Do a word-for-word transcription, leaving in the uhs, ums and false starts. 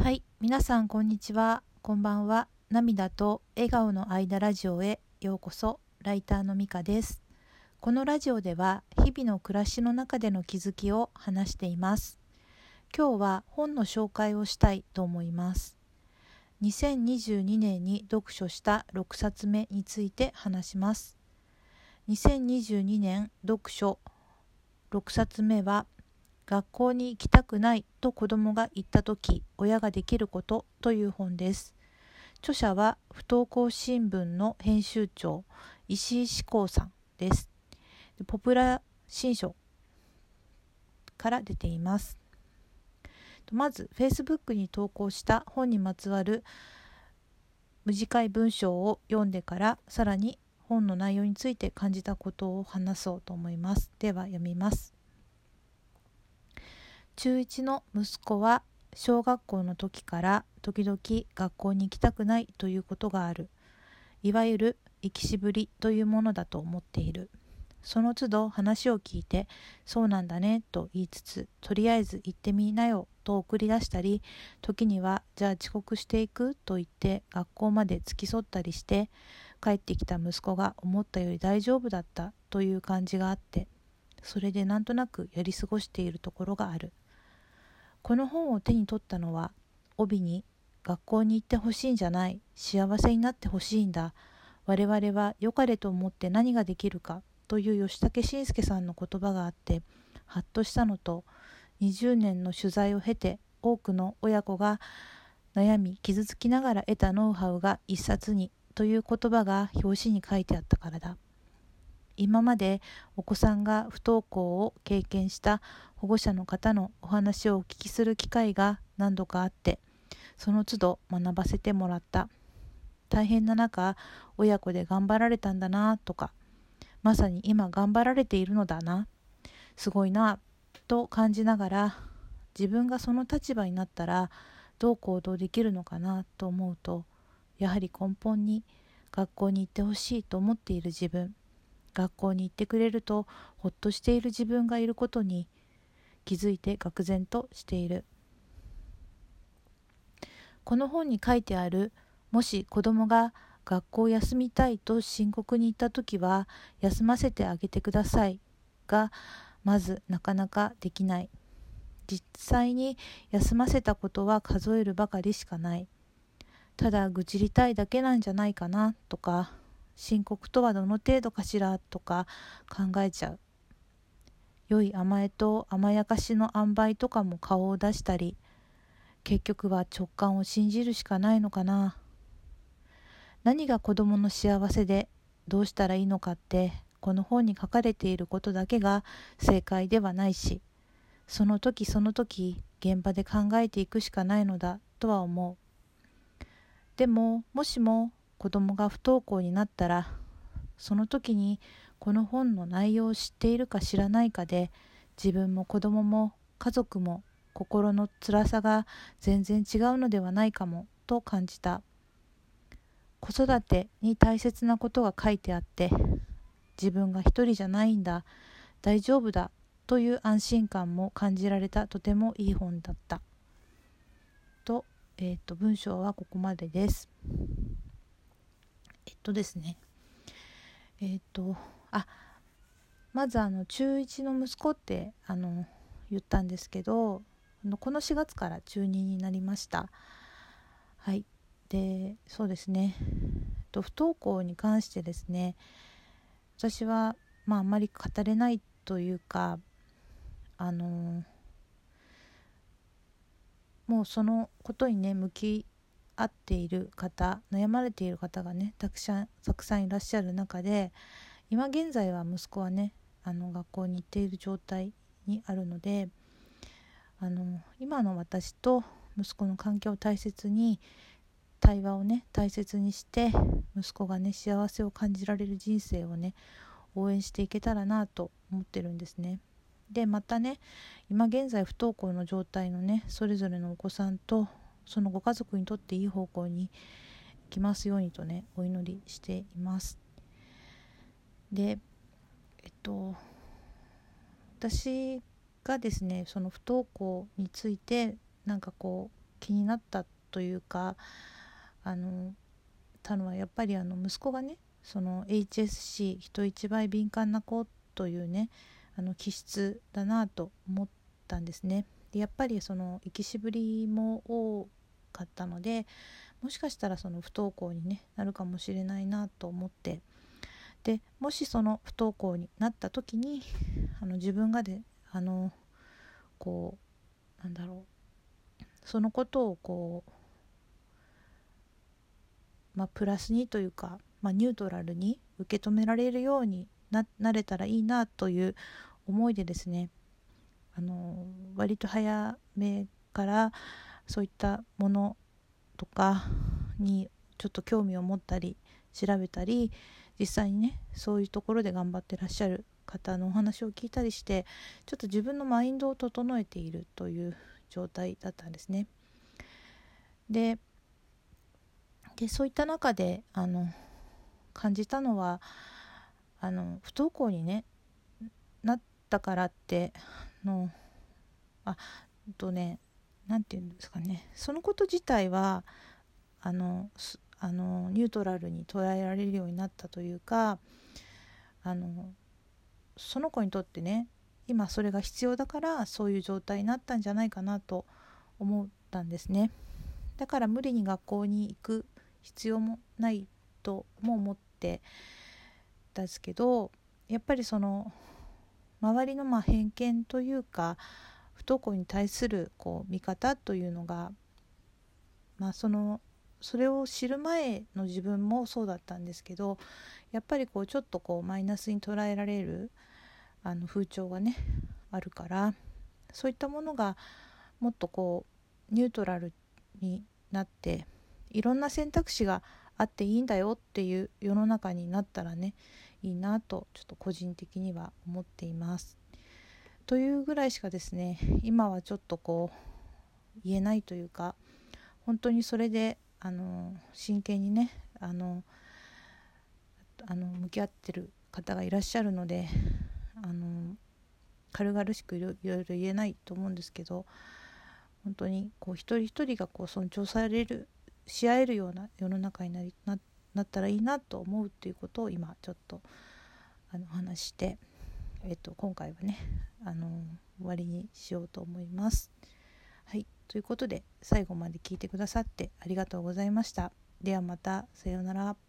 はい、皆さんこんにちは、こんばんは。涙と笑顔の間ラジオへようこそ。ライターのみかです。このラジオでは日々の暮らしの中での気づきを話しています。今日は本の紹介をしたいと思います。にせんにじゅうにねんに読書したろくさつめについて話します。にせんにじゅうにねん読書ろくさつめは学校に行きたくないと子供が言ったとき、親ができることという本です。著者は不登校新聞の編集長、石井志功さんです。ポプラ新書から出ています。まず、Facebook に投稿した本にまつわる短い文章を読んでから、さらに本の内容について感じたことを話そうと思います。では読みます。中いちの息子は小学校の時から時々学校に行きたくないということがある。いわゆる行きしぶりというものだと思っている。その都度話を聞いて、そうなんだねと言いつつ、とりあえず行ってみなよと送り出したり、時にはじゃあ遅刻していくと言って学校まで付き添ったりして、帰ってきた息子が思ったより大丈夫だったという感じがあって、それでなんとなくやり過ごしているところがある。この本を手に取ったのは、帯に学校に行ってほしいんじゃない、幸せになってほしいんだ、我々は良かれと思って何ができるかという吉武慎介さんの言葉があって、ハッとしたのと、にじゅうねんの取材を経て多くの親子が悩み傷つきながら得たノウハウが一冊にという言葉が表紙に書いてあったからだ。今までお子さんが不登校を経験した保護者の方のお話をお聞きする機会が何度かあって、その都度学ばせてもらった。大変な中、親子で頑張られたんだなとか、まさに今頑張られているのだな、すごいなと感じながら、自分がその立場になったらどう行動できるのかなと思うと、やはり根本に学校に行ってほしいと思っている自分、学校に行ってくれるとほっとしている自分がいることに気づいて愕然としている。この本に書いてある、もし子供が学校を休みたいと深刻に言ったときは休ませてあげてくださいがまずなかなかできない。実際に休ませたことは数えるばかりしかない。ただ愚痴りたいだけなんじゃないかなとか、深刻とはどの程度かしらとか考えちゃう。良い甘えと甘やかしの塩梅とかも顔を出したり、結局は直感を信じるしかないのかな。何が子供の幸せでどうしたらいいのかって、この本に書かれていることだけが正解ではないし、その時その時現場で考えていくしかないのだとは思う。でももしも子供が不登校になったら、その時にこの本の内容を知っているか知らないかで、自分も子供も家族も心の辛さが全然違うのではないかもと感じた。子育てに大切なことが書いてあって、自分が一人じゃないんだ、大丈夫だという安心感も感じられた、とてもいい本だったと、えーと、文章はここまでです。えっとですねえっとあまずあの中いちの息子ってあの言ったんですけど、このしがつから中にになりました。はい。でそうですね、不登校に関してですね、私はまああんまり語れないというか、あのもうそのことにね向き合っている方、悩まれている方がねたくさんたくさんいらっしゃる中で、今現在は息子はねあの学校に行っている状態にあるので、あの今の私と息子の関係を大切に、対話をね大切にして、息子がね幸せを感じられる人生をね応援していけたらなと思ってるんですね。でまたね、今現在不登校の状態のねそれぞれのお子さんとそのご家族にとっていい方向に行きますようにとねお祈りしています。でえっと私がですねその不登校についてなんかこ気になったというかあのたのはやっぱりあの息子がねその エイチエスシー 人一倍敏感な子というねあの気質だなと思ったんですね。でやっぱりその行きしぶりも多かったのでもしかしたらその不登校に、ね、なるかもしれないなと思って、でもしその不登校になった時にあの自分がであのこうなんだろうそのことをこうまあ、プラスにというか、まあ、ニュートラルに受け止められるように な, なれたらいいなという思いでですねあの割と早めからそういったものとかにちょっと興味を持ったり調べたり実際にねそういうところで頑張ってらっしゃる方のお話を聞いたりしてちょっと自分のマインドを整えているという状態だったんですね。ででそういった中であの感じたのはあの不登校に、ね、なったからってのあとねなんていうんですかねそのこと自体はあのあのニュートラルに捉えられるようになったというかあのその子にとってね今それが必要だからそういう状態になったんじゃないかなと思ったんですね。だから無理に学校に行く必要もないとも思ってたんですけどやっぱりその周りのまあ偏見というか不登校に対するこう見方というのが、まあ、そのそれを知る前の自分もそうだったんですけどやっぱりこうちょっとこうマイナスに捉えられるあの風潮がねあるからそういったものがもっとこうニュートラルになっていろんな選択肢があっていいんだよっていう世の中になったらねいいなとちょっと個人的には思っていますというぐらいしかですね今はちょっとこう言えないというか本当にそれであの真剣にねあのあの向き合ってる方がいらっしゃるのであの軽々しくいろいろ言えないと思うんですけど本当にこう一人一人がこう尊重されるし合えるような世の中になり な, なったらいいなと思うっていうことを今ちょっとあのお話して、えっと、今回はねあの終わりにしようと思います。はい、ということで最後まで聞いてくださってありがとうございました。ではまたさようなら。